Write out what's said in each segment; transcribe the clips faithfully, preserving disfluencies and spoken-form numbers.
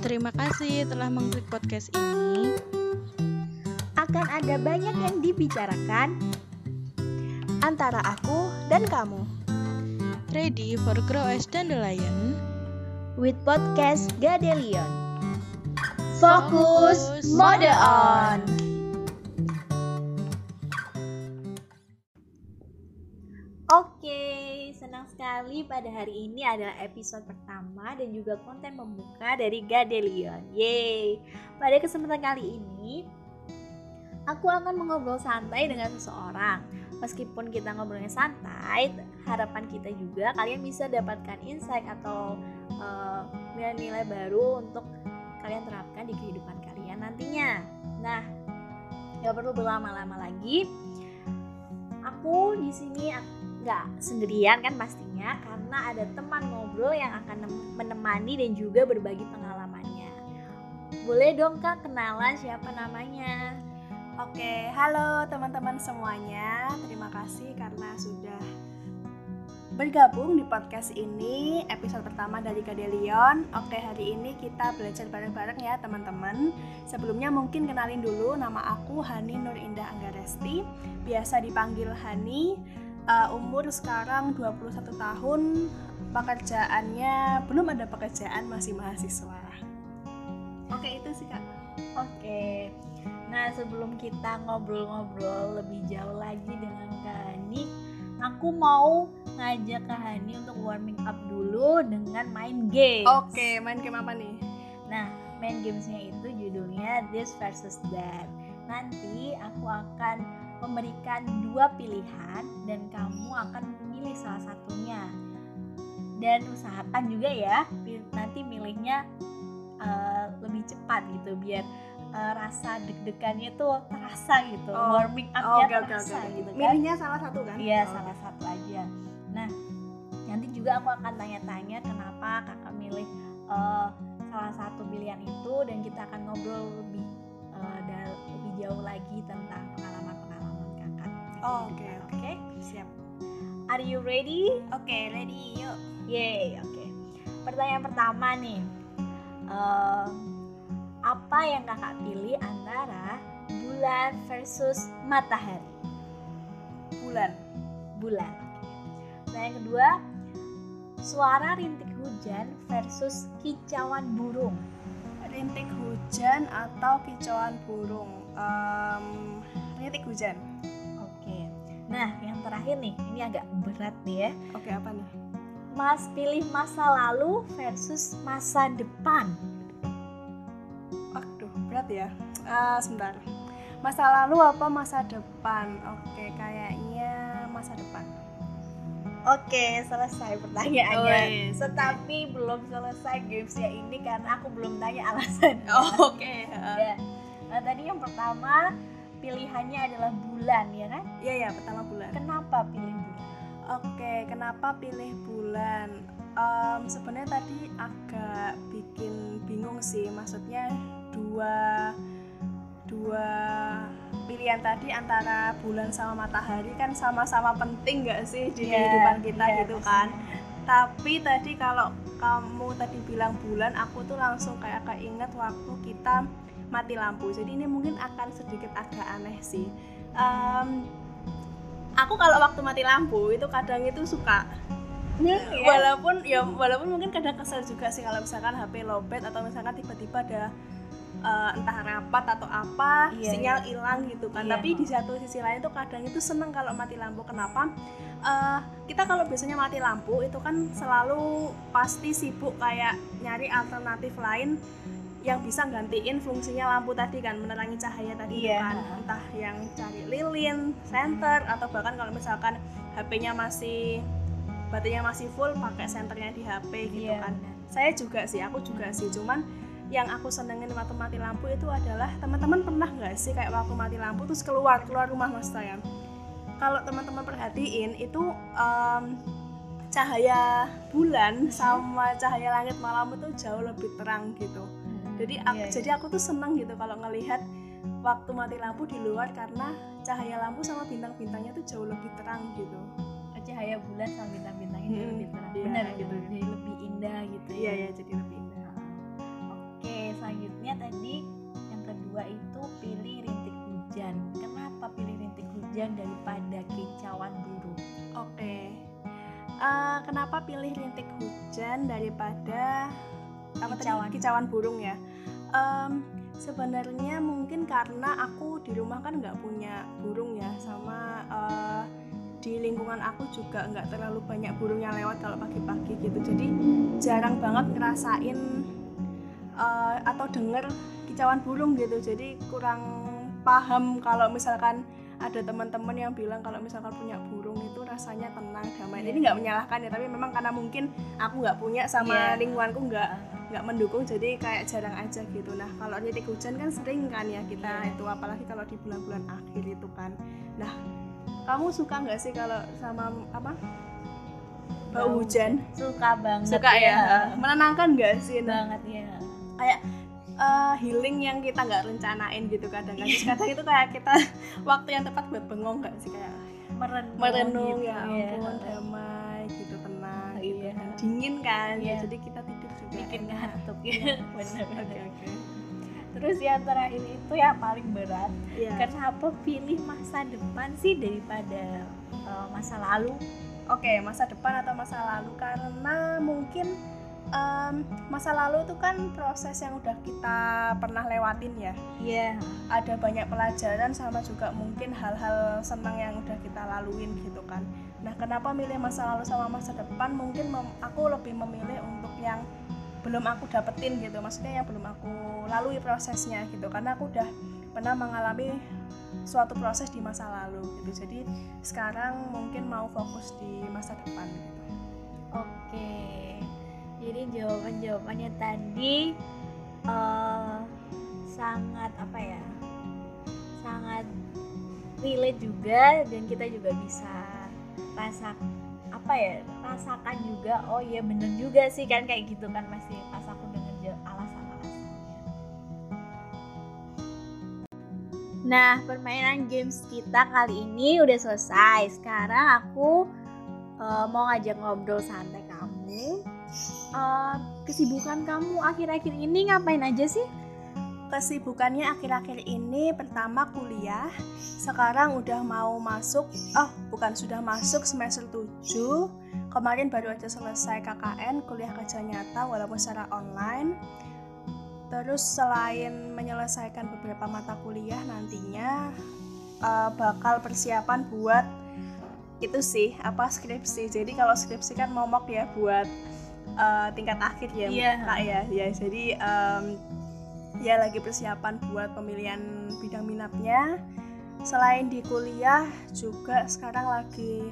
Terima kasih telah mengklik podcast ini. Akan ada banyak yang dibicarakan antara aku dan kamu. Ready for Grow as Dandelion With podcast Gadelion. Fokus mode on. Oke, senang sekali pada hari ini adalah episode pertama dan juga konten pembuka dari Gadelion. Yeay. Pada kesempatan kali ini aku akan mengobrol santai dengan seseorang. Meskipun kita ngobrolnya santai, harapan kita juga kalian bisa dapatkan insight atau uh, nilai-nilai baru untuk kalian terapkan di kehidupan kalian nantinya. Nah, gak perlu berlama-lama lagi. Aku di sini nggak sendirian kan pastinya, karena ada teman ngobrol yang akan menemani dan juga berbagi pengalamannya. Boleh dong Kak kenalan siapa namanya? Oke, halo teman-teman semuanya. Terima kasih karena sudah bergabung di podcast ini, episode pertama dari Gadelion. Oke, hari ini kita belajar bareng-bareng ya teman-teman. Sebelumnya mungkin kenalin dulu, nama aku Hani Nur Indah Anggaresti, biasa dipanggil Hani. Uh, umur sekarang dua puluh satu tahun, pekerjaannya belum ada pekerjaan, masih mahasiswa. Oke, itu sih Kak. Oke. Nah, sebelum kita ngobrol-ngobrol lebih jauh lagi dengan Kak Hani, aku mau ngajak Kak Hani untuk warming up dulu dengan main game. Oke, main game apa nih? Nah, main gamesnya itu judulnya This versus That. Nanti aku akan memberikan dua pilihan dan kamu akan memilih salah satunya. Dan usahakan juga ya, nanti milihnya uh, lebih cepat gitu, biar uh, rasa deg-degannya tuh terasa gitu, oh. warming up-nya oh, okay, terasa okay, okay. gitu kan. Milihnya salah satu kan? Iya, oh. salah satu aja. Nah, nanti juga aku akan tanya-tanya kenapa kakak milih uh, salah satu pilihan itu, dan kita akan ngobrol lebih uh, dan lebih jauh lagi tentang pengalaman-pengalaman kakak. Oh, oke, okay, oke. Okay? Siap. Are you ready? Oke, okay, ready, yuk. Yeay, oke. Okay. Pertanyaan pertama nih. Uh, apa yang kakak pilih antara bulan versus matahari? Bulan. Bulan. Nah, yang kedua, suara rintik hujan versus kicauan burung. Rintik hujan atau kicauan burung? Um, rintik hujan. Oke. Nah, yang terakhir nih, ini agak berat nih ya. Oke, apa nih? Mas pilih masa lalu versus masa depan. Aduh, berat ya. Uh, sebentar. Masa lalu apa masa depan? Oke, kayaknya masa depan. Oke, selesai pertanyaannya. Oh, yes. Tetapi belum selesai gamesnya ini karena aku belum tanya alasannya. Oh, oke. Okay. Uh. Ya. Nah, tadi yang pertama pilihannya adalah bulan, ya kan? Iya, ya, pertama bulan. Kenapa pilih bulan? Oke, kenapa pilih bulan? Um, sebenarnya tadi agak bikin bingung sih. Maksudnya dua dua pilihan tadi antara bulan sama matahari kan sama-sama penting nggak sih di yeah, kehidupan kita yeah, gitu kan? Tapi tadi kalau kamu tadi bilang bulan, aku tuh langsung kayak keinget waktu kita mati lampu. Jadi ini mungkin akan sedikit agak aneh sih. Um, aku kalau waktu mati lampu itu kadang itu suka, yeah. walaupun ya walaupun mungkin kadang kesel juga sih kalau misalkan H P lowbat atau misalkan tiba-tiba ada uh, entah rapat atau apa, yeah, sinyal hilang yeah. gitu kan. Yeah. Tapi di satu sisi lain tuh kadang itu seneng kalau mati lampu. Kenapa? Uh, kita kalau biasanya mati lampu itu kan selalu pasti sibuk kayak nyari alternatif lain yang bisa gantiin fungsinya lampu tadi kan, menerangi cahaya tadi yeah. kan, entah yang cari lilin, senter, atau bahkan kalau misalkan H P-nya masih baterainya masih full, pakai senternya di H P gitu yeah. kan. Saya juga sih, aku juga sih, cuman yang aku senengin waktu mati lampu itu adalah, teman-teman pernah nggak sih kayak waktu mati lampu terus keluar keluar rumah mas saya? Kalau teman-teman perhatiin itu um, cahaya bulan sama cahaya langit malam itu jauh lebih terang gitu. Jadi aku, yeah, jadi aku tuh senang gitu kalau ngelihat waktu mati lampu di luar, karena cahaya lampu sama bintang-bintangnya tuh jauh lebih terang gitu. Cahaya bulan sama bintang-bintangnya hmm, jauh lebih terang. Iya, benar gitu. Jadi lebih indah gitu. Iya ya, jadi lebih indah. Oke, selanjutnya tadi yang kedua itu pilih rintik hujan. Kenapa pilih rintik hujan daripada kicauan burung? Oke. Uh, kenapa pilih rintik hujan daripada apa Kicauan. tadi kicauan burung ya? Um, sebenarnya mungkin karena aku di rumah kan nggak punya burung ya, sama uh, di lingkungan aku juga nggak terlalu banyak burung yang lewat kalau pagi-pagi gitu. Jadi jarang banget ngerasain uh, atau denger kicauan burung gitu. Jadi kurang paham kalau misalkan ada teman-teman yang bilang kalau misalkan punya burung itu rasanya tenang, damai. Yeah. Ini nggak menyalahkan ya, tapi memang karena mungkin aku nggak punya sama yeah. lingkunganku nggak nggak mendukung, jadi kayak jarang aja gitu. Nah kalau rintik hujan kan sering kan ya kita yeah. itu, apalagi kalau di bulan-bulan akhir itu kan. Nah kamu suka nggak sih kalau sama apa bau hujan? Suka banget. Suka ya, ya. Menenangkan nggak sih? Nah, banget ya. Kayak Uh, healing yang kita nggak rencanain gitu kadang-kadang. Kadang itu kayak kita waktu yang tepat buat bengong nggak sih, kayak merenung, merenung gitu, ya ampun, ya. Damai gitu, tenang oh, gitu iya. kan, dingin kan iya. ya, jadi kita tidur juga bikin ngantuk ya. Bener-bener. Oke oke. Terus yang terakhir itu yang paling berat, yeah. kenapa pilih masa depan sih daripada uh, masa lalu? Oke, okay, masa depan atau masa lalu? Karena mungkin Um, masa lalu itu kan proses yang udah kita pernah lewatin ya. Iya. Yeah. Ada banyak pelajaran sama juga mungkin hal-hal senang yang udah kita laluin gitu kan. Nah, kenapa milih masa lalu sama masa depan? Mungkin mem- aku lebih memilih untuk yang belum aku dapetin gitu. Maksudnya yang belum aku lalui prosesnya gitu. Karena aku udah pernah mengalami suatu proses di masa lalu gitu. Jadi sekarang mungkin mau fokus di masa depan gitu. Oke. Jadi jawaban-jawabannya tadi uh, sangat apa ya, sangat relate juga, dan kita juga bisa rasa apa ya, rasakan juga, oh iya bener juga sih kan, kayak gitu kan masih pas aku denger alasan-alasannya. Nah, permainan games kita kali ini udah selesai. Sekarang aku uh, mau ngajak ngobrol santai kamu. Uh, kesibukan kamu akhir-akhir ini ngapain aja sih? Kesibukannya akhir-akhir ini pertama kuliah. Sekarang udah mau masuk, oh bukan sudah masuk semester tujuh. Kemarin baru aja selesai K K N, kuliah kerja nyata walaupun secara online. Terus selain menyelesaikan beberapa mata kuliah, nantinya uh, bakal persiapan buat itu sih, apa skripsi. Jadi kalau skripsi kan momok ya buat Uh, tingkat akhir ya, yeah. Kak ya, ya. Jadi um, ya lagi persiapan buat pemilihan bidang minatnya. Selain di kuliah juga sekarang lagi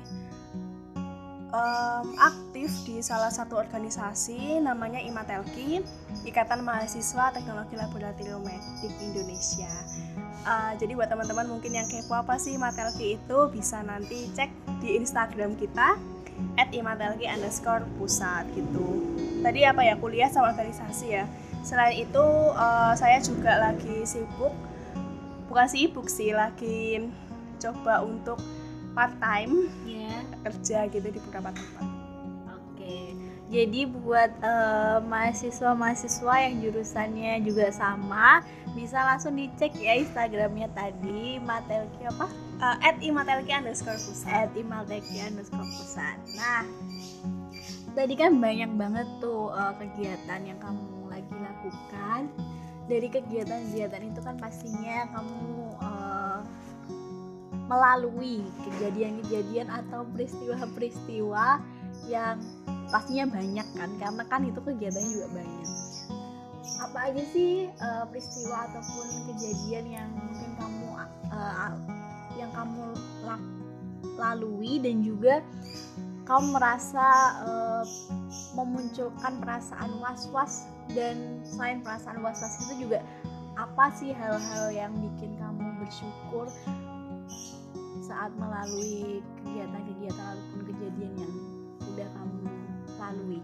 um, aktif di salah satu organisasi namanya IMATELKI, Ikatan Mahasiswa Teknologi Laboratorium Medik Indonesia. Uh, jadi buat teman-teman mungkin yang kepo apa sih IMATELKI itu, bisa nanti cek di Instagram kita at imatelki underscore pusat gitu. Tadi apa ya, kuliah sama organisasi ya. Selain itu uh, saya juga lagi sibuk, bukan sibuk sih, lagi coba untuk part time yeah. kerja gitu di beberapa tempat. Oke, jadi buat uh, mahasiswa-mahasiswa yang jurusannya juga sama, bisa langsung dicek ya Instagramnya tadi, Matelki apa? Uh, at imatelki underscore pusat. At imatelki underscore pusat. Nah, tadi kan banyak banget tuh uh, kegiatan yang kamu lagi lakukan. Dari kegiatan-kegiatan itu kan pastinya kamu uh, melalui kejadian-kejadian atau peristiwa-peristiwa yang pastinya banyak kan, karena kan itu kegiatannya juga banyak. Apa aja sih uh, peristiwa ataupun kejadian yang mungkin kamu uh, yang kamu lalui dan juga kamu merasa uh, memunculkan perasaan was-was, dan selain perasaan was-was itu juga apa sih hal-hal yang bikin kamu bersyukur saat melalui kegiatan-kegiatan ataupun kejadian yang udah kamu lalui?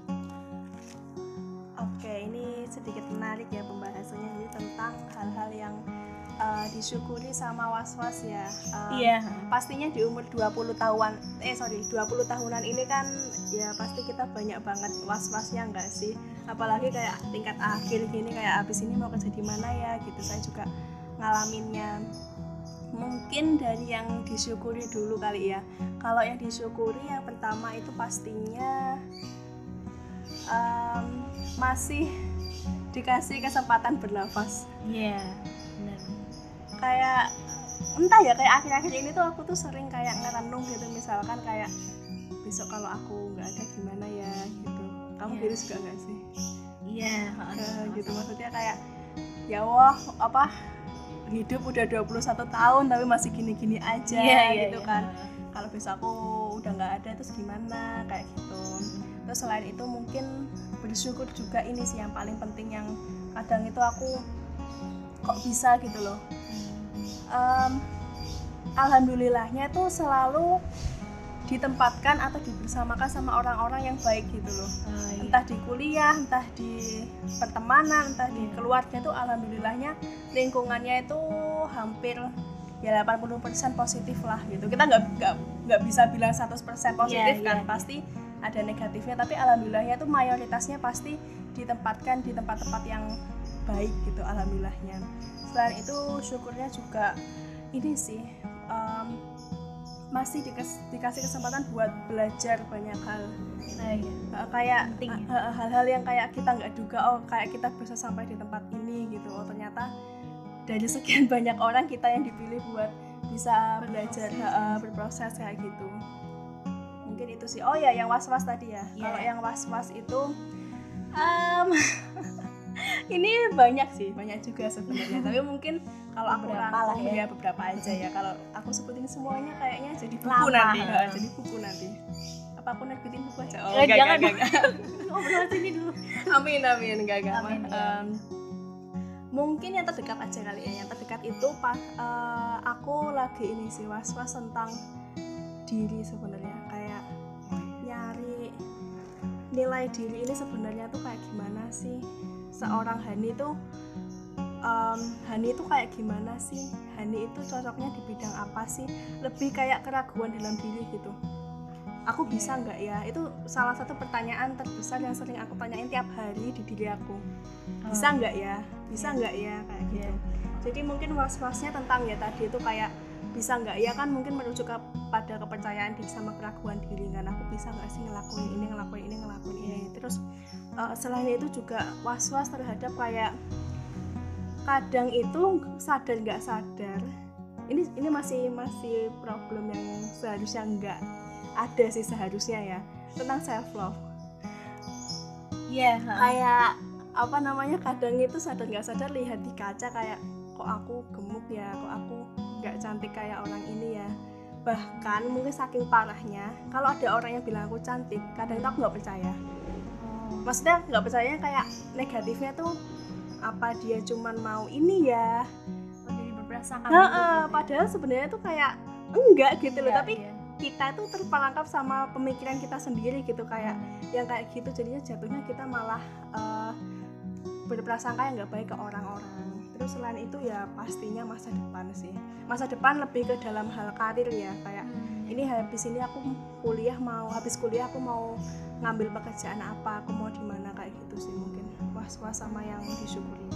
Oke, ini sedikit menarik ya pembahasannya, jadi tentang hal-hal yang uh, disyukuri sama was-was ya. Um, Iya. Pastinya di umur dua puluh tahunan eh sorry dua puluh tahunan ini kan ya pasti kita banyak banget was-wasnya enggak sih? Apalagi kayak tingkat akhir gini, kayak abis ini mau kerja di mana ya gitu. Saya juga ngalaminnya. Mungkin dari yang disyukuri dulu kali ya. Kalau yang disyukuri yang pertama itu pastinya um, masih dikasih kesempatan bernafas. Iya, benar. Kayak entah ya, kayak akhir-akhir ini tuh aku tuh sering kayak ngerenung gitu, misalkan kayak besok kalau aku nggak ada gimana ya gitu. Kamu Iya. gitu juga nggak sih? Iya, Eh, gitu maksudnya kayak ya wah apa hidup udah dua puluh satu tahun tapi masih gini-gini aja Iya, gitu iya, kan. iya. Kalau besok aku udah nggak ada terus gimana kayak gitu. Terus selain itu mungkin bersyukur juga, ini sih yang paling penting, yang kadang itu aku kok bisa gitu loh. Um, Alhamdulillahnya tuh selalu ditempatkan atau dibersamakan sama orang-orang yang baik gitu loh. Oh, iya. Entah di kuliah, entah di pertemanan, entah di keluarga, tuh alhamdulillahnya lingkungannya itu hampir ya delapan puluh persen positif lah gitu. Kita nggak nggak nggak bisa bilang seratus persen positif Iya, kan, iya, pasti ada negatifnya, tapi alhamdulillahnya tuh mayoritasnya pasti ditempatkan di tempat-tempat yang baik gitu, alhamdulillahnya. Selain itu syukurnya juga ini sih, um, masih dikas- dikasih kesempatan buat belajar banyak hal. Nah, iya. Uh, kayak Penting ya. uh, uh, hal-hal yang kayak kita nggak duga, oh kayak kita bisa sampai di tempat ini gitu, oh ternyata dari sekian banyak orang kita yang dipilih buat bisa belajar, uh, berproses kayak gitu. Mungkin itu sih. Oh ya, yang was-was tadi ya. Yeah. Kalau yang was-was itu um, ini banyak sih, banyak juga sebenarnya. Tapi mungkin kalau aku Beberapa rangkum lah ya. ya beberapa aja ya. Kalau aku sebutin semuanya kayaknya jadi buku Lama. nanti, uh, jadi buku nanti. Apa aku nerbitin buku aja? Oh, Eh, enggak, jangan enggak, enggak, enggak. Ngobrol sini dulu. Amin, amin, enggak, enggak. Amin, ya. Um, mungkin yang terdekat aja kali ya. Yang terdekat itu pas uh, aku lagi ini sih was-was tentang diri sebenarnya, kayak nyari nilai diri ini sebenarnya tuh kayak gimana sih. Seorang Hani tuh um, Hani itu kayak gimana sih? Hani itu cocoknya di bidang apa sih? Lebih kayak keraguan dalam diri gitu. Aku bisa nggak ya? Itu salah satu pertanyaan terbesar yang sering aku tanyain tiap hari di diri aku. Bisa nggak ya? Bisa nggak ya? Kayak gitu. Jadi mungkin was-wasnya tentang ya tadi itu kayak bisa nggak ya, kan mungkin merujuk pada kepercayaan diri sama keraguan diri kan. Aku bisa nggak sih ngelakuin ini, ngelakuin ini, ngelakuin ini. Terus uh, selain itu juga was-was terhadap kayak kadang itu sadar nggak sadar. Ini ini masih masih problem yang seharusnya nggak ada sih seharusnya ya, tentang self love. Iya. Kayak apa namanya, kadang itu sadar nggak sadar lihat di kaca kayak kok aku gemuk ya, kok aku nggak cantik kayak orang ini ya. Bahkan mungkin saking parahnya, kalau ada orang yang bilang aku cantik, kadang itu aku nggak percaya. Maksudnya nggak percaya kayak negatifnya tuh apa dia cuman mau ini ya. Jadi berprasangka. Heeh, padahal sebenarnya tuh kayak enggak gitu loh, Iya, tapi iya. kita tuh terperangkap sama pemikiran kita sendiri gitu, kayak yang kayak gitu jadinya jatuhnya kita malah uh, berprasangka yang nggak baik ke orang-orang. Terus selain itu ya pastinya masa depan sih, masa depan lebih ke dalam hal karir ya, kayak ini habis ini aku kuliah mau habis kuliah aku mau ngambil pekerjaan apa, aku mau di mana, kayak gitu sih mungkin was-was sama yang disyukuri.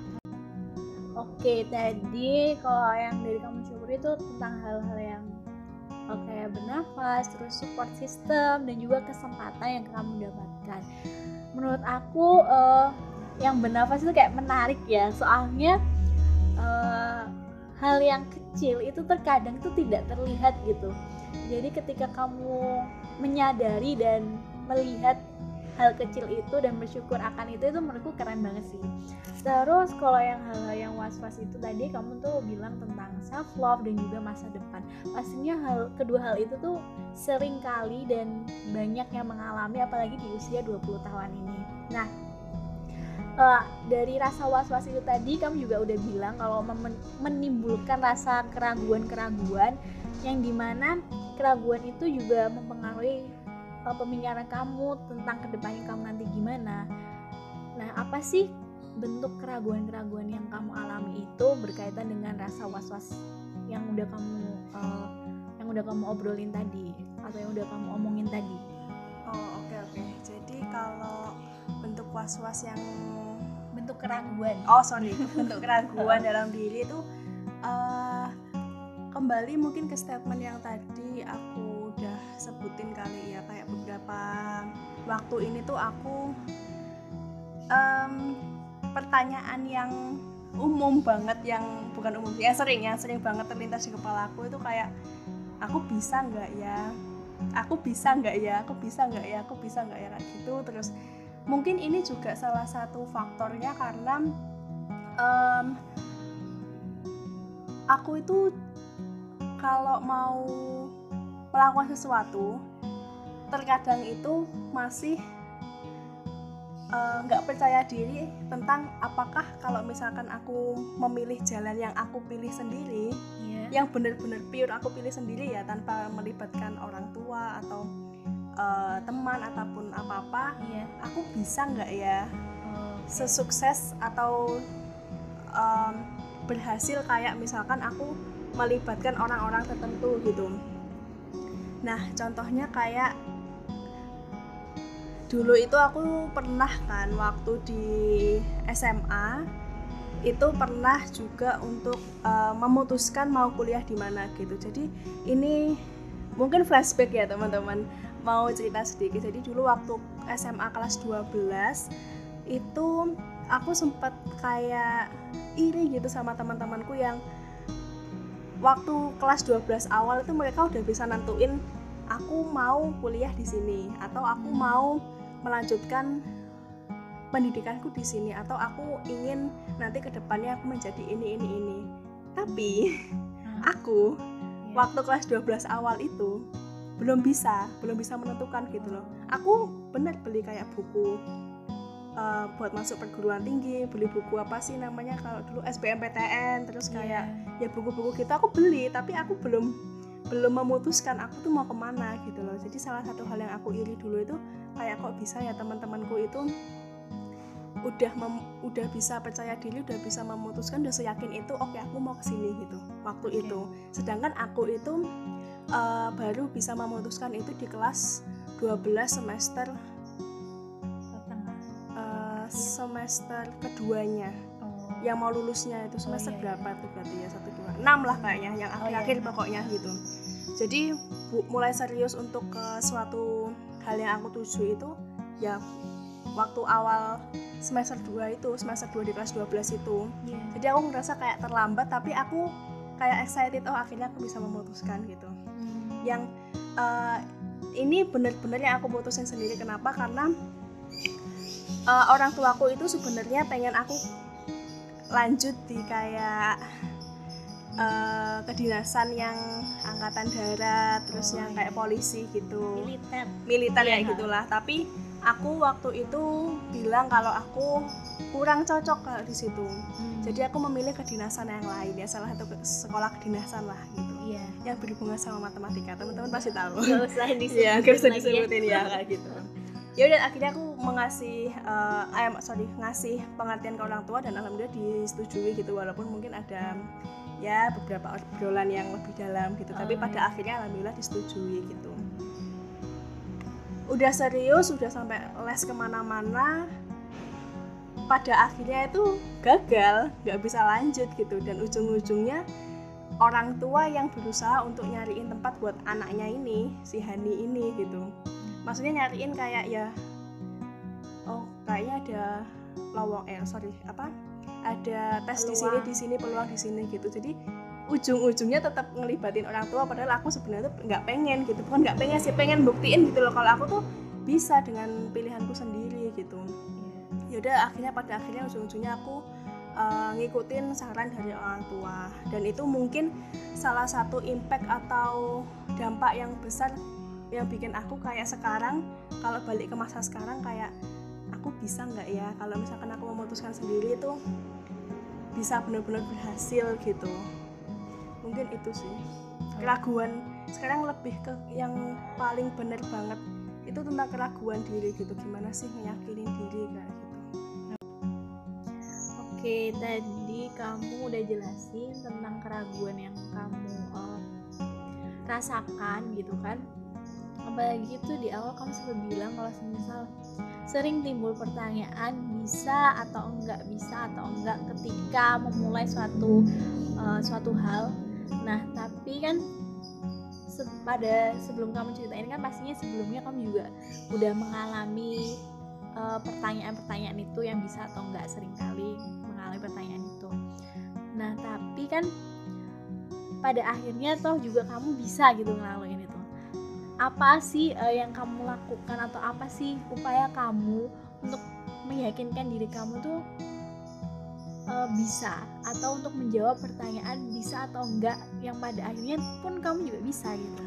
Oke, tadi kalau yang dari kamu syukuri itu tentang hal-hal yang oh, kayak bernafas, terus support system, dan juga kesempatan yang kamu dapatkan. Menurut aku uh, yang bernafas itu kayak menarik ya, soalnya uh, hal yang kecil itu terkadang itu tidak terlihat gitu. Jadi ketika kamu menyadari dan melihat hal kecil itu dan bersyukur akan itu, itu menurutku keren banget sih. Terus kalau yang hal-hal yang was-was itu tadi kamu tuh bilang tentang self love dan juga masa depan. Pastinya hal kedua hal itu tuh sering kali dan banyak yang mengalami, apalagi di usia dua puluh tahun ini. Nah, uh, dari rasa was-was itu tadi kamu juga udah bilang kalau mem- menimbulkan rasa keraguan-keraguan yang dimana keraguan itu juga mempengaruhi uh, pemikiran kamu tentang kedepannya kamu nanti gimana. Nah, apa sih bentuk keraguan-keraguan yang kamu alami itu berkaitan dengan rasa was-was yang udah kamu uh, yang udah kamu obrolin tadi atau yang udah kamu omongin tadi. Oh oke okay, oke. Okay. Jadi kalau bentuk was-was yang bentuk keraguan. Oh sorry, bentuk keraguan dalam diri itu uh, kembali mungkin ke statement yang tadi aku udah sebutin kali ya, kayak beberapa waktu ini tuh aku um, pertanyaan yang umum banget, yang bukan umum ya sering ya sering banget terlintas di kepala aku itu kayak aku bisa nggak ya, aku bisa nggak ya, aku bisa nggak ya, aku bisa nggak ya kayak gitu. Terus mungkin ini juga salah satu faktornya karena um, aku itu kalau mau melakukan sesuatu terkadang itu masih nggak uh, percaya diri tentang apakah kalau misalkan aku memilih jalan yang aku pilih sendiri, yeah. yang benar-benar pure aku pilih sendiri ya, tanpa melibatkan orang tua atau uh, teman ataupun apa-apa, yeah. aku bisa nggak ya oh, okay. sesukses atau um, berhasil kayak misalkan aku melibatkan orang-orang tertentu gitu. Nah contohnya kayak dulu itu aku pernah kan waktu di S M A itu pernah juga untuk uh, memutuskan mau kuliah di mana gitu. Jadi ini mungkin flashback ya teman-teman, mau cerita sedikit. Jadi dulu waktu S M A kelas dua belas itu aku sempat kayak iri gitu sama teman-temanku yang waktu kelas dua belas awal itu mereka udah bisa nentuin aku mau kuliah di sini atau aku mau melanjutkan pendidikanku di sini atau aku ingin nanti kedepannya aku menjadi ini ini ini. Tapi aku yeah. waktu kelas dua belas awal itu belum bisa, belum bisa menentukan gitu loh. Aku benar beli kayak buku uh, buat masuk perguruan tinggi, beli buku apa sih namanya kalau dulu S B M P T N, terus kayak yeah. ya buku-buku gitu aku beli, tapi aku belum belum memutuskan aku tuh mau kemana gitu loh. Jadi salah satu hal yang aku iri dulu itu kayak kok bisa ya teman-temanku itu udah mem, udah bisa percaya diri, udah bisa memutuskan, udah seyakin itu oke okay, aku mau kesini gitu waktu okay. itu. Sedangkan aku itu uh, baru bisa memutuskan itu di kelas dua belas semester uh, semester keduanya. Yang mau lulusnya itu semester oh, iya, berapa iya. tuh berarti ya satu dua enam lah kayaknya yang akhir-akhir oh, iya. pokoknya gitu. Jadi bu, mulai serius untuk ke suatu hal yang aku tuju itu ya waktu awal semester dua itu, semester dua di kelas dua belas itu. Yeah. Jadi aku ngerasa kayak terlambat tapi aku kayak excited, oh akhirnya aku bisa memutuskan gitu. Hmm. Yang uh, ini benar-benar yang aku putusin sendiri. Kenapa? Karena uh, orang tuaku itu sebenarnya pengen aku lanjut di kayak uh, kedinasan yang angkatan darat, terus oh, yang kayak polisi gitu, militer, militer ya gitulah. Tapi aku waktu itu bilang kalau aku kurang cocok di situ. Hmm. Jadi aku memilih kedinasan yang lain ya, salah satu sekolah kedinasan lah gitu. Yeah. Yang berhubungan sama matematika. Teman-teman pasti tahu. Gak usah disebutin, ya, gak usah disebutin ya kayak gitu. Ya udah akhirnya aku mengasih uh, eh sorry ngasih pengertian ke orang tua dan alhamdulillah disetujui gitu, walaupun mungkin ada ya beberapa obrolan yang lebih dalam gitu, oh, tapi pada iya. akhirnya alhamdulillah disetujui gitu. Udah serius, udah sampai les kemana-mana, pada akhirnya itu gagal, nggak bisa lanjut gitu, dan ujung-ujungnya orang tua yang berusaha untuk nyariin tempat buat anaknya ini, si Hani ini gitu. Maksudnya nyariin kayak ya, oh kayaknya ada lowong eh sorry apa, ada tes peluang. di sini di sini peluang di sini gitu. Jadi ujung-ujungnya tetap ngelibatin orang tua, padahal aku sebenarnya tuh nggak pengen gitu, bukan nggak pengen sih, pengen buktiin gitu loh kalau aku tuh bisa dengan pilihanku sendiri gitu. Ya udah akhirnya pada akhirnya ujung-ujungnya aku uh, ngikutin saran dari orang tua, dan itu mungkin salah satu impact atau dampak yang besar yang bikin aku kayak sekarang kalau balik ke masa sekarang kayak aku bisa nggak ya kalau misalkan aku memutuskan sendiri itu bisa benar-benar berhasil gitu. Mungkin itu sih keraguan sekarang, lebih ke yang paling benar banget itu tentang keraguan diri gitu, gimana sih ngeyakinin diri kayak gitu. Oke, tadi kamu udah jelasin tentang keraguan yang kamu uh, rasakan gitu kan. Apalagi itu di awal kamu sempat bilang kalau semisal sering timbul pertanyaan bisa atau enggak, bisa atau enggak ketika memulai suatu uh, suatu hal. Nah, tapi kan se- pada sebelum kamu ceritain kan pastinya sebelumnya kamu juga udah mengalami uh, pertanyaan-pertanyaan itu yang bisa atau enggak, seringkali mengalami pertanyaan itu. Nah, tapi kan pada akhirnya toh juga kamu bisa gitu ngelaluin itu. Apa sih uh, yang kamu lakukan atau apa sih upaya kamu untuk meyakinkan diri kamu tuh uh, bisa, atau untuk menjawab pertanyaan bisa atau enggak yang pada akhirnya pun kamu juga bisa gitu.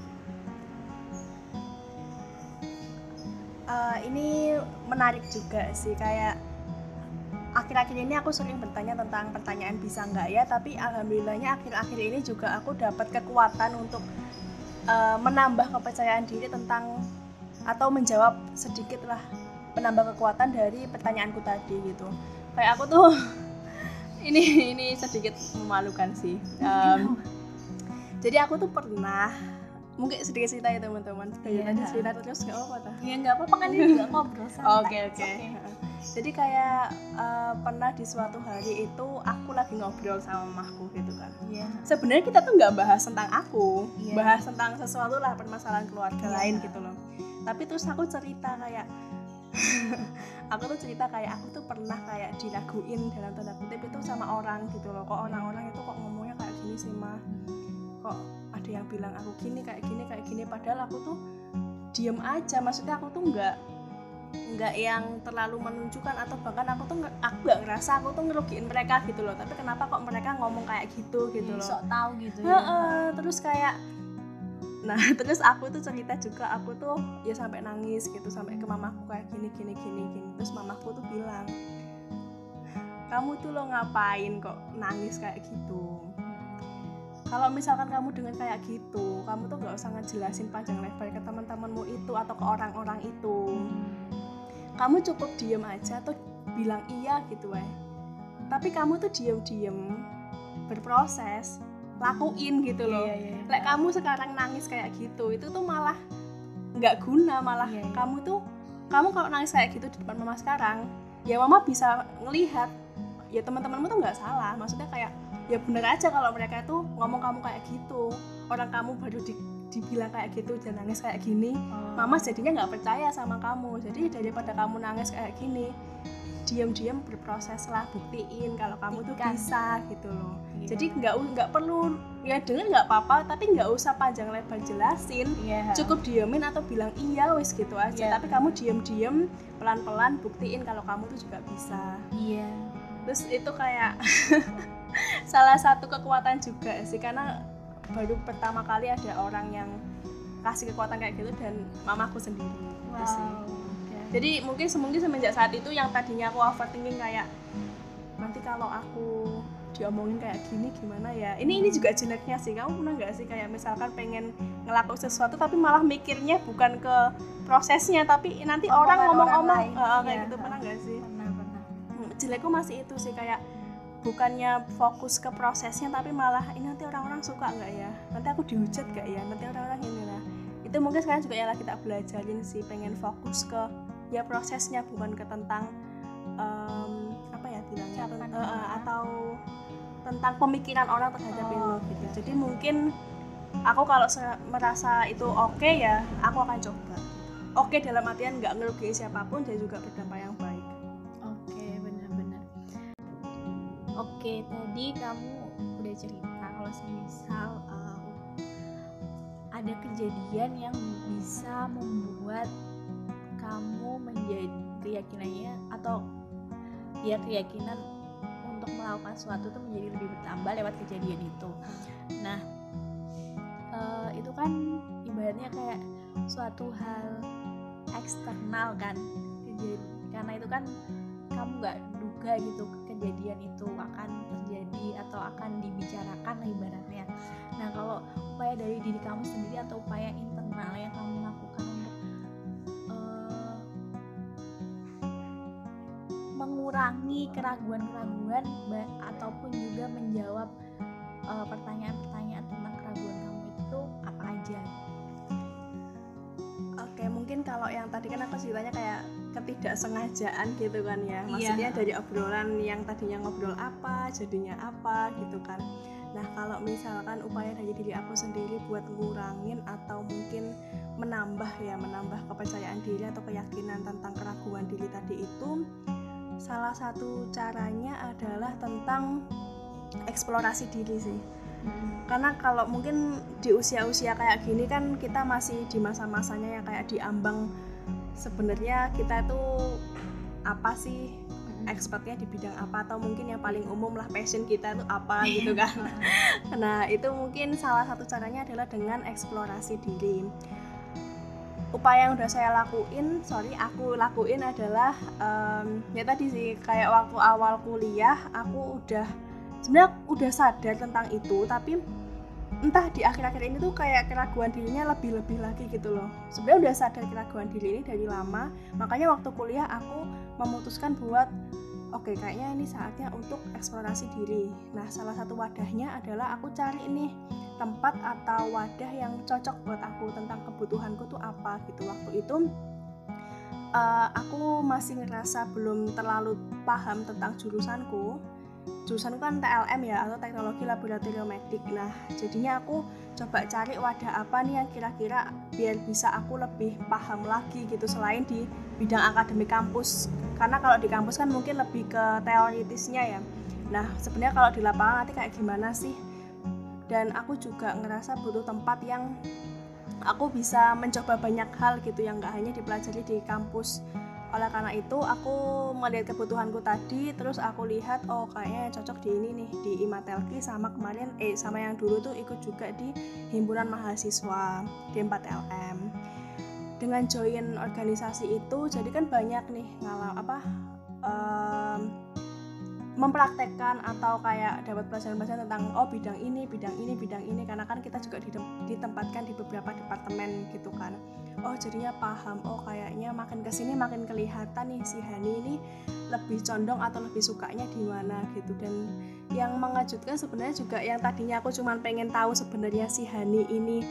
Uh, ini menarik juga sih, kayak akhir-akhir ini aku sering bertanya tentang pertanyaan bisa enggak ya, tapi alhamdulillahnya akhir-akhir ini juga aku dapat kekuatan untuk Uh, menambah kepercayaan diri tentang atau menjawab sedikit lah, menambah kekuatan dari pertanyaanku tadi gitu. Kayak aku tuh ini ini sedikit memalukan sih. Um, jadi aku tuh pernah, mungkin sedikit cerita ya teman-teman. Dari Yeah. tadi cerita terus nggak apa-apa tak? Ya nggak apa-apa kan, ini juga ngobrol santai. Oke oke. Jadi kayak uh, pernah di suatu hari itu aku lagi ngobrol sama mamahku gitu kan. Iya. Sebenarnya kita tuh nggak bahas tentang aku, Iya. bahas tentang sesuatu lah, permasalahan keluarga Iya. lain gitu loh. Tapi terus aku cerita kayak, aku tuh cerita kayak aku tuh pernah kayak diraguin dalam tanda kutip itu sama orang gitu loh. Kok orang-orang itu kok ngomongnya kayak gini sih mah? Kok ada yang bilang aku gini kayak gini kayak gini, padahal aku tuh diem aja. Maksudnya aku tuh nggak nggak yang terlalu menunjukkan, atau bahkan aku tuh nge- aku nggak ngerasa aku tuh ngerugiin mereka gitu loh, tapi kenapa kok mereka ngomong kayak gitu gitu loh. Sok tahu gitu ya. Heeh, terus kayak nah terus aku tuh cerita juga, aku tuh ya sampai nangis gitu, sampai ke mamaku kayak gini gini gini gini. Terus mamaku tuh bilang, kamu tuh lo ngapain kok nangis kayak gitu? Kalau misalkan kamu dengar kayak gitu, kamu tuh nggak usah ngejelasin panjang lebar ke teman-temanmu itu atau ke orang-orang itu. Kamu cukup diem aja atau bilang iya gitu weh. Tapi kamu tuh diem-diem berproses, lakuin gitu loh. Iya, iya, iya. Lek kamu sekarang nangis kayak gitu, itu tuh malah nggak guna, malah Iya, iya. kamu tuh kamu kalau nangis kayak gitu di depan mama sekarang, ya mama bisa ngelihat, ya teman-temanmu tuh nggak salah. Maksudnya kayak ya bener aja kalau mereka tuh ngomong kamu kayak gitu, orang kamu baru di, dibilang kayak gitu dan nangis kayak gini, Oh. mama jadinya nggak percaya sama kamu. Jadi daripada kamu nangis kayak gini, diam-diam berproses lah, buktiin kalau kamu tuh Buktikan. bisa gitu loh. Iya. Jadi nggak nggak perlu ya denger nggak apa-apa, tapi nggak usah panjang lebar jelasin. Iya. Cukup diemin atau bilang iya wes gitu aja. Iya. Tapi kamu diem-diem pelan-pelan buktiin kalau kamu tuh juga bisa. Iya. Terus itu kayak salah satu kekuatan juga sih, karena baru pertama kali ada orang yang kasih kekuatan kayak gitu, dan mamaku sendiri. Itu sih. Wow. Oke. Jadi mungkin mungkin semenjak saat itu yang tadinya aku overthinking kayak nanti kalau aku diomongin kayak gini gimana ya. Ini ini juga jeleknya sih. Kamu pernah nggak sih kayak misalkan pengen ngelakuin sesuatu tapi malah mikirnya bukan ke prosesnya, tapi nanti Omongan orang orang ngomong-ngomong lain. uh, kayak Iya. gitu. Pernah nggak sih? Pernah, pernah. Hmm, jelekku masih itu sih, kayak bukannya fokus ke prosesnya tapi malah ini nanti orang-orang suka nggak ya, nanti aku dihujat nggak ya, nanti orang-orang ini. Nah itu mungkin sekarang juga yang lagi tak belajarin sih, pengen fokus ke ya prosesnya, bukan ke tentang um, apa ya bilangnya Ucapan ten- uh, uh, orang. atau tentang pemikiran orang terhadap Oh, ilmu gitu. oke. Jadi mungkin aku kalau se- merasa itu oke okay, ya aku akan coba. Oke okay, dalam artian nggak ngerugiin siapapun dan juga berdampak yang baik. Oke, benar-benar. Oke, tadi kamu udah cerita kalau semisal uh, ada kejadian yang bisa membuat kamu menjadi keyakinannya atau ya keyakinan untuk melakukan sesuatu itu menjadi lebih bertambah lewat kejadian itu. Nah, uh, itu kan ibaratnya kayak suatu hal eksternal kan, kejadian, karena itu kan kamu nggak duga gitu kejadian itu akan terjadi atau akan dibicarakan lah ibaratnya. Nah, kalau upaya dari diri kamu sendiri atau upaya internal yang kamu lakukan untuk uh, mengurangi keraguan-keraguan ba- ataupun juga menjawab uh, pertanyaan-pertanyaan tentang keraguan kamu itu apa aja? Oke, mungkin kalau yang tadi kan aku ceritanya kayak ketidaksengajaan gitu kan ya. Maksudnya Iya. dari obrolan yang tadinya ngobrol apa, jadinya apa gitu kan. Nah, kalau misalkan upaya dari diri aku sendiri buat ngurangin atau mungkin menambah ya, menambah kepercayaan diri atau keyakinan tentang keraguan diri tadi itu, salah satu caranya adalah tentang eksplorasi diri sih. Karena kalau mungkin di usia-usia kayak gini kan kita masih di masa-masanya yang kayak diambang sebenarnya kita tuh apa sih, expertnya di bidang apa, atau mungkin yang paling umum lah passion kita tuh apa gitu kan. Nah itu mungkin salah satu caranya adalah dengan eksplorasi diri. Upaya yang udah saya lakuin, sorry aku lakuin adalah um, ya tadi sih kayak waktu awal kuliah aku udah sebenarnya udah sadar tentang itu, tapi entah di akhir-akhir ini tuh kayak keraguan dirinya lebih-lebih lagi gitu loh. Sebenarnya udah sadar keraguan diri ini dari lama, makanya waktu kuliah aku memutuskan buat oke okay, kayaknya ini saatnya untuk eksplorasi diri. Nah salah satu wadahnya adalah aku cari nih tempat atau wadah yang cocok buat aku tentang kebutuhanku tuh apa gitu. Waktu itu uh, aku masih ngerasa belum terlalu paham tentang jurusanku. Jurusan kan T L M ya, atau teknologi laboratorium medik. Nah jadinya aku coba cari wadah apa nih yang kira-kira biar bisa aku lebih paham lagi gitu selain di bidang akademik kampus, karena kalau di kampus kan mungkin lebih ke teoritisnya ya. Nah sebenarnya kalau di lapangan nanti kayak gimana sih, dan aku juga ngerasa butuh tempat yang aku bisa mencoba banyak hal gitu yang gak hanya dipelajari di kampus. Oleh karena itu aku melihat kebutuhanku tadi, terus aku lihat oh kayaknya cocok di ini nih, di Imatelki, sama kemarin eh sama yang dulu tuh ikut juga di himpunan mahasiswa D empat L M. Dengan join organisasi itu jadi kan banyak nih ngalam apa um, mempraktekkan atau kayak dapat pelajaran-pelajaran tentang oh bidang ini, bidang ini, bidang ini, karena kan kita juga ditempatkan di beberapa departemen gitu kan. Oh jadinya paham, oh kayaknya makin kesini makin kelihatan nih si Hani ini lebih condong atau lebih sukanya di mana gitu. Dan yang mengejutkan sebenarnya juga yang tadinya aku cuma pengen tahu sebenarnya si Hani ini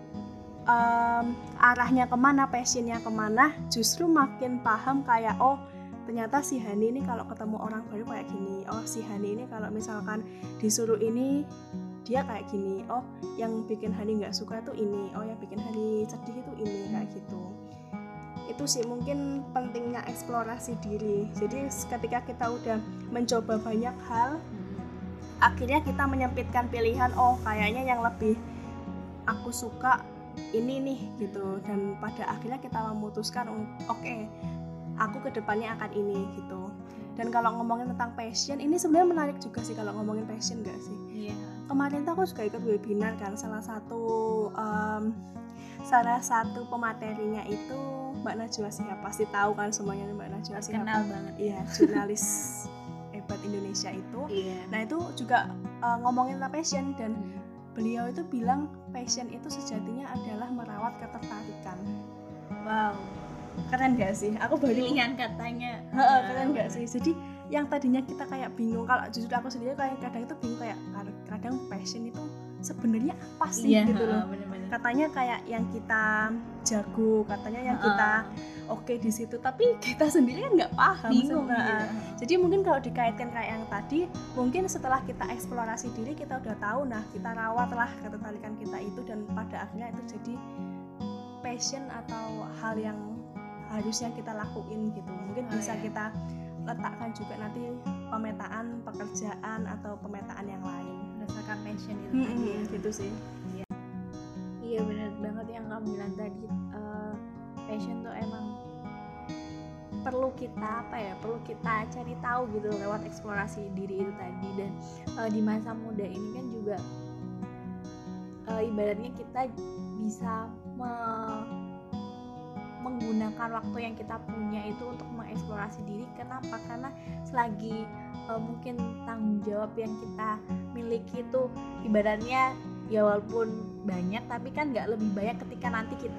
um, arahnya kemana, passionnya kemana, justru makin paham kayak oh ternyata si Hani ini kalau ketemu orang baru kayak gini, oh si Hani ini kalau misalkan disuruh ini dia kayak gini, oh yang bikin Hani nggak suka tuh ini, oh yang bikin Hani sedih itu ini, kayak gitu. Itu sih mungkin pentingnya eksplorasi diri. Jadi ketika kita udah mencoba banyak hal, akhirnya kita menyempitkan pilihan, oh kayaknya yang lebih aku suka ini nih gitu, dan pada akhirnya kita memutuskan oke okay, aku kedepannya akan ini gitu. Dan kalau ngomongin tentang passion, ini sebenarnya menarik juga sih kalau ngomongin passion gak sih? Iya. Kemarin tuh aku juga ikut webinar kan, salah satu um, salah satu pematerinya itu Mbak Najwa Shihab, pasti tahu kan semuanya Mbak Najwa Shihab. Kenal banget. Iya, jurnalis hebat Indonesia itu. Iya. Nah itu juga uh, ngomongin tentang passion, dan hmm. beliau itu bilang passion itu sejatinya adalah merawat ketertarikan. Wow. Keren gak sih? Aku baru pilihan katanya. Heeh, keren gak sih? Jadi yang tadinya kita kayak bingung, kalau jujur aku sendiri kayak kadang itu bingung, kayak kadang passion itu sebenarnya apa sih iya, gitu loh. Bener-bener. Katanya kayak yang kita jago, katanya yang kita oke okay di situ, tapi kita sendiri kan nggak paham. Bingung. Iya. Jadi mungkin kalau dikaitkan kayak yang tadi, mungkin setelah kita eksplorasi diri kita udah tahu, nah kita rawatlah ketertarikan kita itu, dan pada akhirnya itu jadi passion atau hal yang harusnya kita lakuin gitu. Mungkin oh, bisa iya. kita letakkan juga nanti pemetaan pekerjaan atau pemetaan yang lain berdasarkan passion itu hmm, tadi ya. Gitu sih. Iya, iya benar banget yang kamu bilang tadi. Uh, passion tuh emang perlu kita apa ya perlu kita cari tahu gitu lewat eksplorasi diri itu tadi. Dan uh, di masa muda ini kan juga uh, ibaratnya kita bisa me- menggunakan waktu yang kita punya itu untuk mengeksplorasi diri. Kenapa? Karena selagi uh, mungkin tanggung jawab yang kita miliki itu ibaratnya ya walaupun banyak, tapi kan nggak lebih banyak ketika nanti kita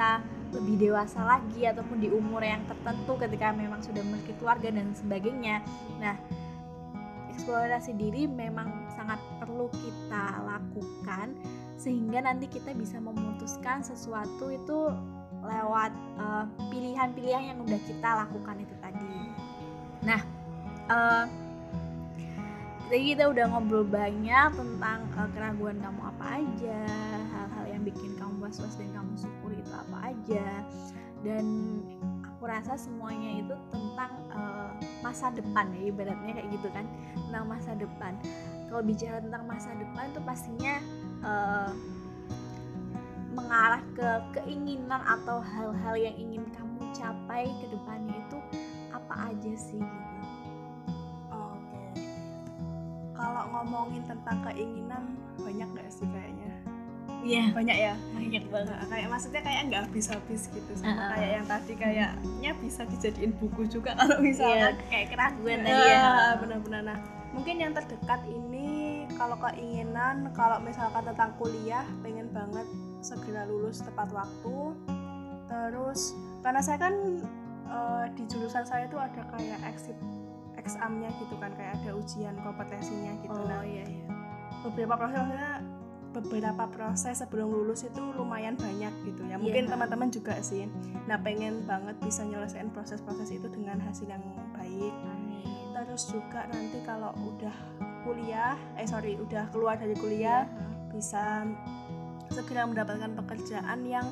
lebih dewasa lagi ataupun di umur yang tertentu ketika memang sudah memiliki keluarga dan sebagainya. Nah, eksplorasi diri memang sangat perlu kita lakukan sehingga nanti kita bisa memutuskan sesuatu itu lewat uh, pilihan-pilihan yang udah kita lakukan itu tadi. Nah, uh, tadi kita udah ngobrol banyak tentang uh, keraguan kamu apa aja, hal-hal yang bikin kamu was-was dan kamu syukuri itu apa aja, dan aku rasa semuanya itu tentang uh, masa depan ya, ibaratnya kayak gitu kan, tentang masa depan. Kalau bicara tentang masa depan itu pastinya uh, mengarah ke keinginan atau hal-hal yang ingin kamu capai ke depannya itu apa aja sih gitu. Oh, oke. Okay. Kalau ngomongin tentang keinginan banyak nggak sih kayaknya? Iya, yeah. Banyak ya, banyak banget. Nah, kayak maksudnya kayak nggak habis-habis gitu, sama uh-uh. kayak yang tadi kayaknya bisa dijadiin buku juga kalau misalnya yeah, kayak keraguan uh, tadi ya. Benar-benar. Nah, mungkin yang terdekat ini kalau keinginan, kalau misalkan tentang kuliah, pengen banget segera lulus tepat waktu. Terus karena saya kan uh, di jurusan saya itu ada kayak exit examnya gitu kan, kayak ada ujian kompetensinya gitu. Oh, nah iya, iya. beberapa prosesnya beberapa proses sebelum lulus itu lumayan banyak gitu ya, mungkin yeah. teman-teman juga sih. Nah, pengen banget bisa nyelesain proses-proses itu dengan hasil yang baik. Amin. Terus juga nanti kalau udah kuliah eh sorry udah keluar dari kuliah yeah. bisa segera mendapatkan pekerjaan yang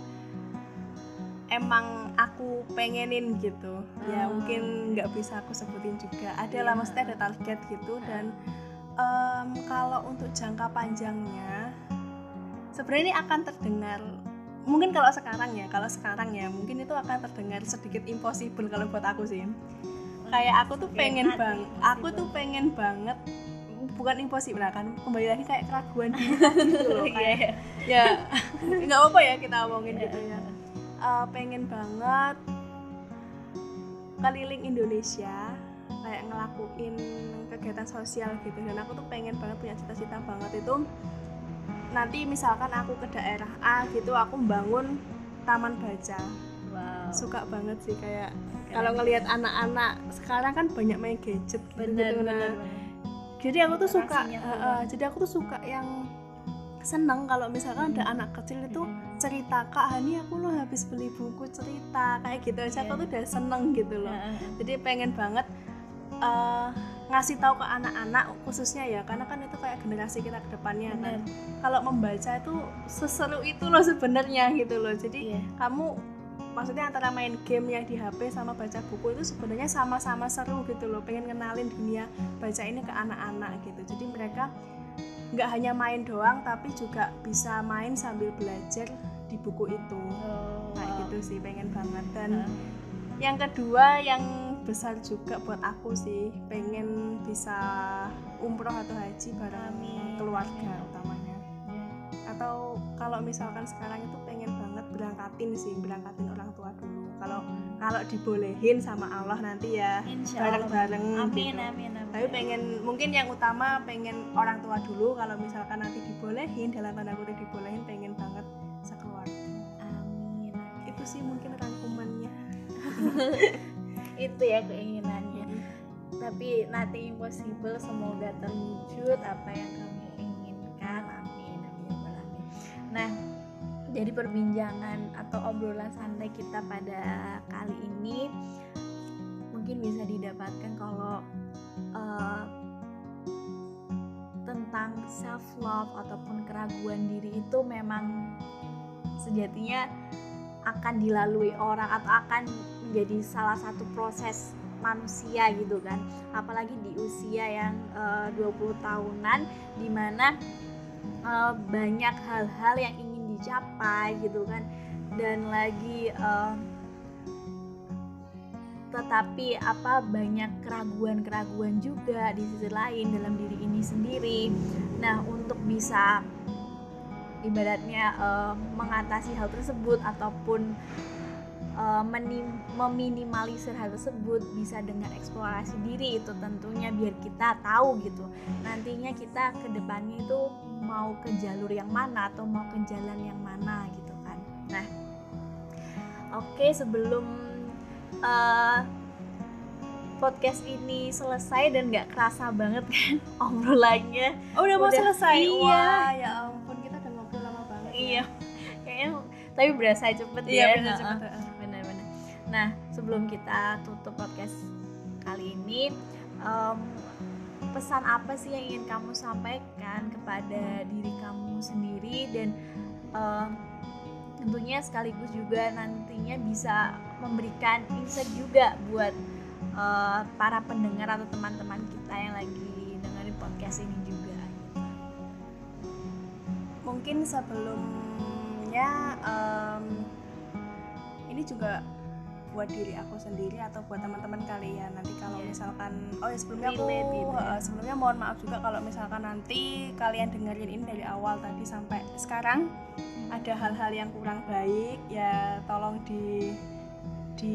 emang aku pengenin gitu. Oh. Ya mungkin nggak bisa aku sebutin juga. Ada lah, yeah. maksudnya ada target gitu. Dan um, kalau untuk jangka panjangnya sebenarnya ini akan terdengar, mungkin kalau sekarang ya, kalau sekarang ya mungkin itu akan terdengar sedikit impossible kalau buat aku sih. Kayak aku tuh pengen bang, aku tuh pengen banget, bukan impossible kan, kembali lagi kayak keraguan gitu loh, kayak ya nggak apa-apa ya kita omongin gitu ya. Uh, pengen banget keliling Indonesia, kayak ngelakuin kegiatan sosial gitu. Dan aku tuh pengen banget, punya cita-cita banget itu nanti misalkan aku ke daerah A gitu, aku membangun taman baca. Wow. Suka banget sih kayak kalau ngelihat anak-anak sekarang kan banyak main gadget gitu. Bener, gitu. bener, Nah, bener. jadi aku tuh suka uh, uh, jadi aku tuh suka yang seneng kalau misalkan ada anak kecil itu cerita, Kak Hani aku lo habis beli buku cerita kayak gitu aja, aku tuh udah seneng gitu loh. Jadi pengen banget uh, ngasih tahu ke anak-anak khususnya ya, karena kan itu kayak generasi kita ke depannya kan. Kalau membaca itu seseru itu loh sebenarnya gitu loh. Jadi yeah. kamu maksudnya antara main game yang di H P sama baca buku itu sebenarnya sama-sama seru gitu loh. Pengen kenalin dunia baca ini ke anak-anak gitu. Jadi mereka nggak hanya main doang tapi juga bisa main sambil belajar di buku itu. Oh, kayak wow. gitu sih, pengen banget. Dan uh. yang kedua yang besar juga buat aku sih, pengen bisa umroh atau haji bareng Amin. keluarga utamanya. Yeah. Atau kalau misalkan sekarang itu pengen banget berangkatin sih, berangkatin orang tua dulu. Kalau hmm. kalau dibolehin sama Allah nanti ya bareng-bareng amin, gitu. Amin, amin. Tapi pengen, mungkin yang utama pengen orang tua dulu. Kalau misalkan nanti dibolehin, dalam tanda kutip dibolehin, pengen banget sekeluarga. Amin. Itu sih mungkin rangkumannya. Itu ya keinginannya. Mm-hmm. Tapi nothing impossible, semoga terwujud apa yang kami inginkan. Amin, amin, amin. Nah, jadi perbincangan atau obrolan santai kita pada kali ini mungkin bisa didapatkan kalau uh, tentang self love ataupun keraguan diri itu memang sejatinya akan dilalui orang atau akan menjadi salah satu proses manusia gitu kan, apalagi di usia yang uh, dua puluh tahunan dimana uh, banyak hal-hal yang ingin dicapai gitu kan, dan lagi uh, tetapi apa banyak keraguan-keraguan juga di sisi lain dalam diri ini sendiri. Nah, untuk bisa ibaratnya uh, mengatasi hal tersebut ataupun uh, menim- meminimalisir hal tersebut bisa dengan eksplorasi diri itu tentunya, biar kita tahu gitu nantinya kita ke depannya itu mau ke jalur yang mana atau mau ke jalan yang mana gitu kan. Nah, Oke, sebelum uh, podcast ini selesai dan nggak kerasa banget kan obrolannya. Oh, udah mau Udah, selesai? iya. Wah, ya ampun, kita udah ngobrol lama banget. Iya, kayaknya tapi berasa cepet Iya, ya. berasa Heeh. cepet, heeh. Benar-benar. Nah, sebelum kita tutup podcast kali ini, em, pesan apa sih yang ingin kamu sampaikan kepada diri kamu sendiri dan em, tentunya sekaligus juga nantinya bisa memberikan insight juga buat eh, para pendengar atau teman-teman kita yang lagi dengerin podcast ini juga. Mungkin sebelumnya em, ini juga buat diri aku sendiri atau buat teman-teman kalian. Nanti kalau Yeah. misalkan oh ya sebelumnya aku Relate gitu ya. eh, sebelumnya mohon maaf juga kalau misalkan nanti kalian dengerin ini dari awal tadi sampai sekarang ada hal-hal yang kurang baik, ya tolong di di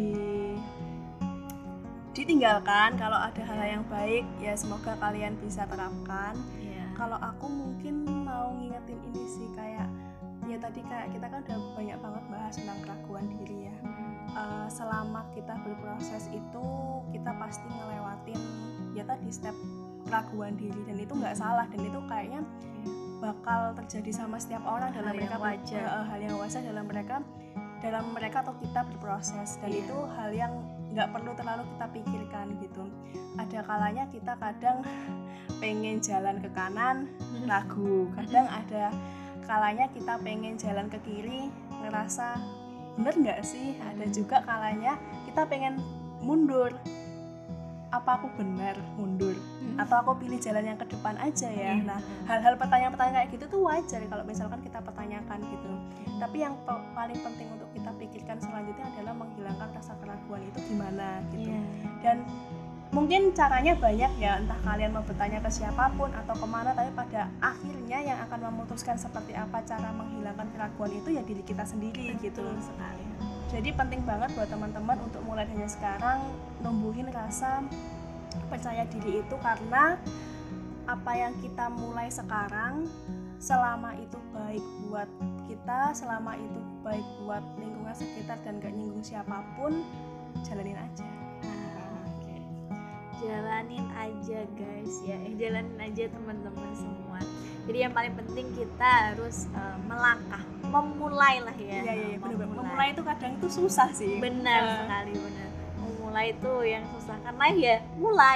ditinggalkan. Kalau ada hal-hal yang baik, ya semoga kalian bisa terapkan. Iya. Kalau aku mungkin mau ngingetin ini sih, kayak ya tadi kayak kita kan udah banyak banget bahas tentang keraguan diri ya. Uh, selama kita berproses itu kita pasti ngelewatin ya tadi step keraguan diri, dan itu nggak salah, dan itu kayaknya bakal terjadi sama setiap orang dalam Hal mereka yang wajar. uh, hal yang wajar dalam mereka dalam mereka atau kita berproses, dan Iya. itu hal yang nggak perlu terlalu kita pikirkan gitu. Ada kalanya kita kadang pengen jalan ke kanan ragu, kadang ada kalanya kita pengen jalan ke kiri ngerasa bener nggak sih, ada juga kalanya kita pengen mundur, apa aku benar mundur atau aku pilih jalan yang ke depan aja ya. Nah, hal-hal pertanyaan-pertanyaan kayak gitu tuh wajar kalau misalkan kita pertanyakan gitu. Tapi yang pe- paling penting untuk kita pikirkan selanjutnya adalah menghilangkan rasa keraguan itu gimana gitu. Iya. Dan mungkin caranya banyak ya, entah kalian mau bertanya ke siapapun atau kemana, tapi pada akhirnya yang akan memutuskan seperti apa cara menghilangkan keraguan itu ya diri kita sendiri gitu. Betul sekali. Jadi penting banget buat teman-teman untuk mulai dari sekarang numbuhin rasa percaya diri itu, karena apa yang kita mulai sekarang selama itu baik buat kita, selama itu baik buat lingkungan sekitar dan gak nyinggung siapapun, jalanin aja. Oke. Jalanin aja guys ya, eh, jalanin aja teman-teman semua. Jadi yang paling penting kita harus uh, melangkah, memulai lah ya. Iya iya benar. Memulai itu kadang itu susah sih. Benar Uh. sekali, benar. Memulai itu yang susah karena ya mulai.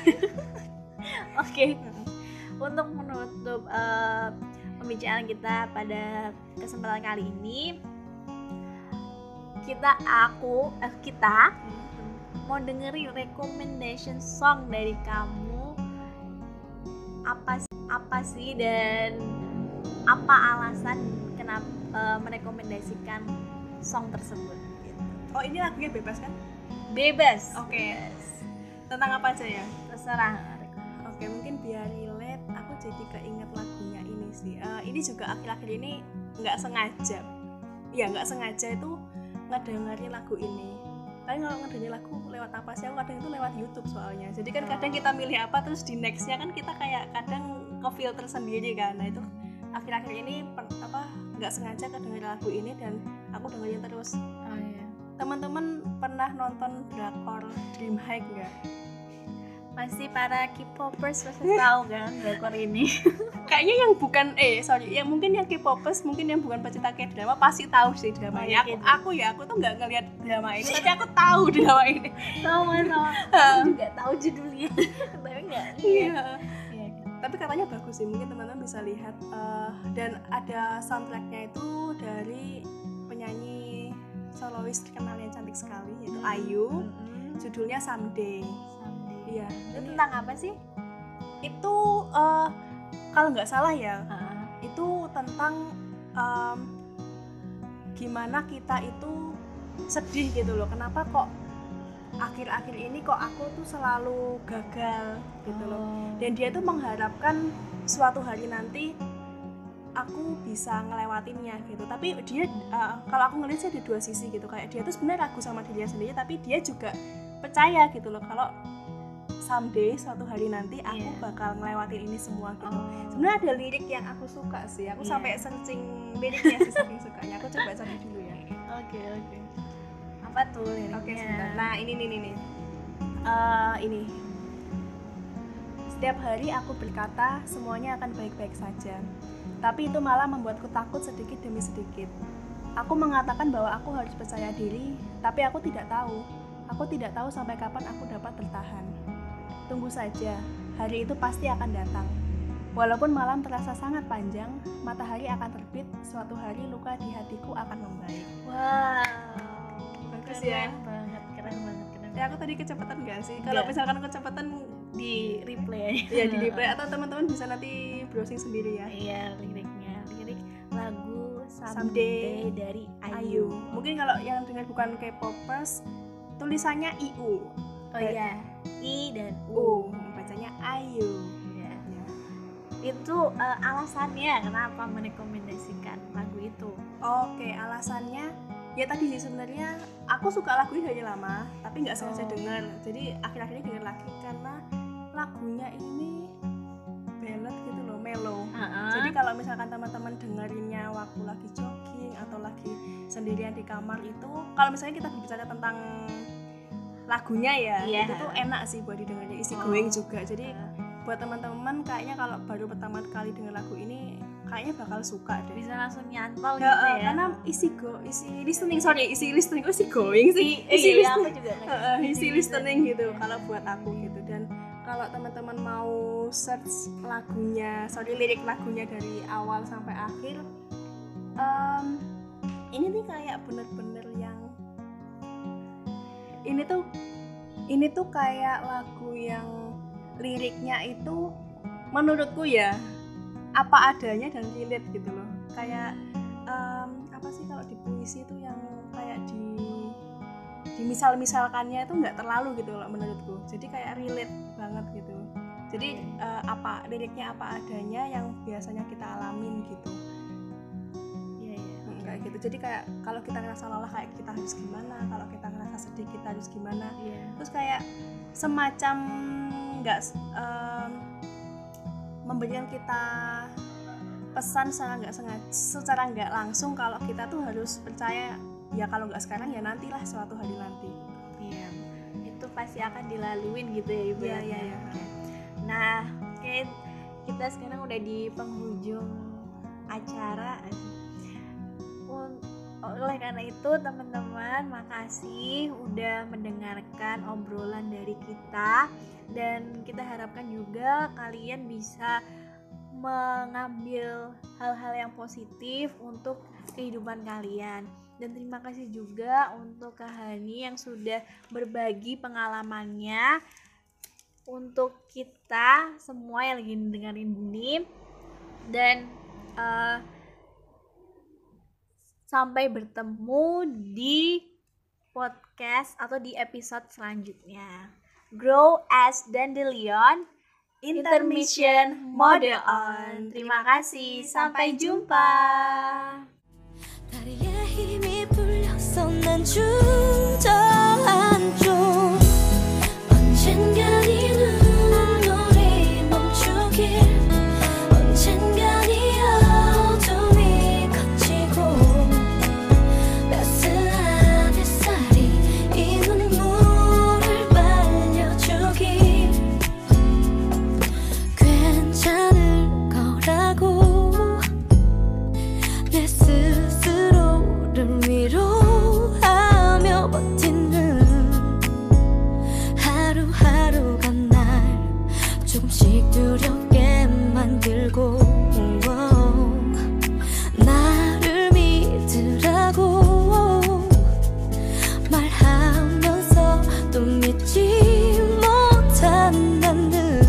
Oke. Untuk menutup uh, pembicaraan kita pada kesempatan kali ini, kita aku eh, kita mau dengerin recommendation song dari kamu. Apa apa sih dan apa alasan kenapa uh, merekomendasikan song tersebut gitu. Oh, ini lagunya bebas kan? Bebas. Oke. Tentang apa aja ya? Terserah. Oke, mungkin biar relate, aku jadi keinget lagunya ini sih. Uh, ini juga akhir-akhir ini nggak sengaja, ya nggak sengaja itu ngedengerin lagu ini. Tapi kalau ngedengerin lagu lewat apa sih? Aku kadang itu lewat YouTube soalnya. Jadi kan kadang kita milih apa, terus di nextnya kan kita kayak kadang ke filter sendiri kan. Nah itu akhir-akhir ini per, apa nggak sengaja kedengerin lagu ini dan aku dengerin terus. Oh iya. Teman-teman pernah nonton drakor Dream High nggak? Pasti para K-popers pasti tahu kan drakor ini. Kayaknya yang bukan eh sorry yang mungkin yang K-popers, mungkin yang bukan pecinta K-drama pasti tahu sih drama ini. Aku, aku ya aku tuh nggak ngelihat drama ini, tapi aku tahu drama ini. Sama sama. Aku juga tahu judulnya, tapi nggak. Iya. Tapi katanya bagus sih, mungkin teman-teman bisa lihat. Uh, dan ada soundtracknya itu dari penyanyi solois terkenal yang cantik sekali yaitu Ayu. Judulnya Someday. Iya. Itu tentang apa sih? Itu uh, kalau nggak salah ya, Uh, itu tentang um, gimana kita itu sedih gitu loh. Kenapa kok akhir-akhir ini kok aku tuh selalu gagal gitu loh. Dan dia tuh mengharapkan suatu hari nanti aku bisa ngelewatinnya gitu. Tapi dia uh, kalau aku ngelihat sih ada dua sisi gitu. Kayak dia tuh sebenarnya ragu sama dirinya sendiri, tapi dia juga percaya gitu loh kalau someday suatu hari nanti aku Yeah. bakal ngelewatin ini semua gitu. Oh. Sebenarnya ada lirik yang aku suka sih. Aku Yeah. sampai searching liriknya sih saking sukanya. Aku coba cari dulu ya. Oke oke. Apa tuh liriknya? Oke, sebentar. Nah, ini nih nih nih. Uh, ini. Setiap hari aku berkata semuanya akan baik-baik saja. Tapi itu malah membuatku takut sedikit demi sedikit. Aku mengatakan bahwa aku harus percaya diri, tapi aku tidak tahu. Aku tidak tahu sampai kapan aku dapat bertahan. Tunggu saja, hari itu pasti akan datang. Walaupun malam terasa sangat panjang, matahari akan terbit, suatu hari luka di hatiku akan membaik. Wow, bagus keren ya? banget, keren banget, keren Ya, aku tadi kecepatan gak sih? Kalau Nggak. misalkan kecepatan di replay aja. ya di replay atau teman-teman bisa nanti browsing sendiri ya. Iya, liriknya, lirik lagu Someday, Someday dari Ayu. Ayu. Mungkin kalau yang dengar bukan K-popers, tulisannya I U. Oh iya, I dan U, U. bacanya Ayu. Iya. Ya. Itu uh, alasannya kenapa merekomendasikan lagu itu. Oke, alasannya ya tadi sih sebenarnya aku suka lagu ini dari lama, tapi nggak sengaja Oh. dengar. Jadi akhir-akhir ini dengar lagi karena lagunya ini ballad gitu loh, mellow. Uh-uh. Jadi kalau misalkan teman-teman dengerinnya waktu lagi jogging atau lagi sendirian di kamar itu, kalau misalnya kita berbicara tentang lagunya ya, Iya. itu tuh enak sih buat didengarnya, easy Oh. going juga. Jadi buat teman-teman kayaknya kalau baru pertama kali denger lagu ini kayaknya bakal suka deh. bisa langsung nyantol Ya, gitu eh, ya. karena easy go, easy listening, sorry, easy listening, oh, easy going sih, Eh, easy iya, listening, aku juga kayak Eh, eh, easy listening gitu. Iya. Kalau buat aku gitu. Dan kalau teman-teman mau search lagunya, sorry lirik lagunya dari awal sampai akhir, em, ini nih kayak bener-bener yang ini tuh ini tuh kayak lagu yang liriknya itu menurutku ya apa adanya dan relate gitu loh. Kayak um, apa sih kalau di puisi itu yang kayak di dimisal-misalkannya itu nggak terlalu gitu loh menurutku. Jadi kayak relate banget gitu. Jadi uh, apa liriknya apa adanya yang biasanya kita alamin gitu. Iya, iya. Hmm, kayak gitu. Jadi kayak kalau kita ngerasa lelah kayak kita harus gimana, kalau kita ngerasa sedih kita harus gimana. Iya. Terus kayak semacam nggak um, memberikan kita pesan secara nggak sengaja, secara nggak langsung kalau kita tuh harus percaya ya kalau nggak sekarang ya nantilah suatu hari nanti. Iya. Itu pasti akan dilaluin gitu ya ibaratnya. Iya, iya, iya. Nah, kayak kita sekarang udah di penghujung acara. Un- Oleh karena itu teman-teman, makasih udah mendengarkan obrolan dari kita, dan kita harapkan juga kalian bisa mengambil hal-hal yang positif untuk kehidupan kalian. Dan terima kasih juga untuk Kak Hani yang sudah berbagi pengalamannya untuk kita semua yang lagi dengerin ini. Dan uh, sampai bertemu di podcast atau di episode selanjutnya. Grow as Dandelion, intermission mode on. Terima kasih, sampai jumpa. 다리에 힘이 풀려서 난 주저앉죠. 언젠가 이 눈물이 멈추길, 언젠가 이 어둠이 걷히고 따스한 햇살이 이 눈물을 말려주길. 괜찮을 거라고 내 스스로를 위로하며 버티는 하루하루가 날 조금씩 두렵게 만들고 나를 믿으라고 말하면서 또 믿지 못한다는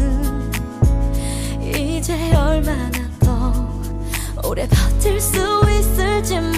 이제 얼마나 더 오래 버틸 수 있을지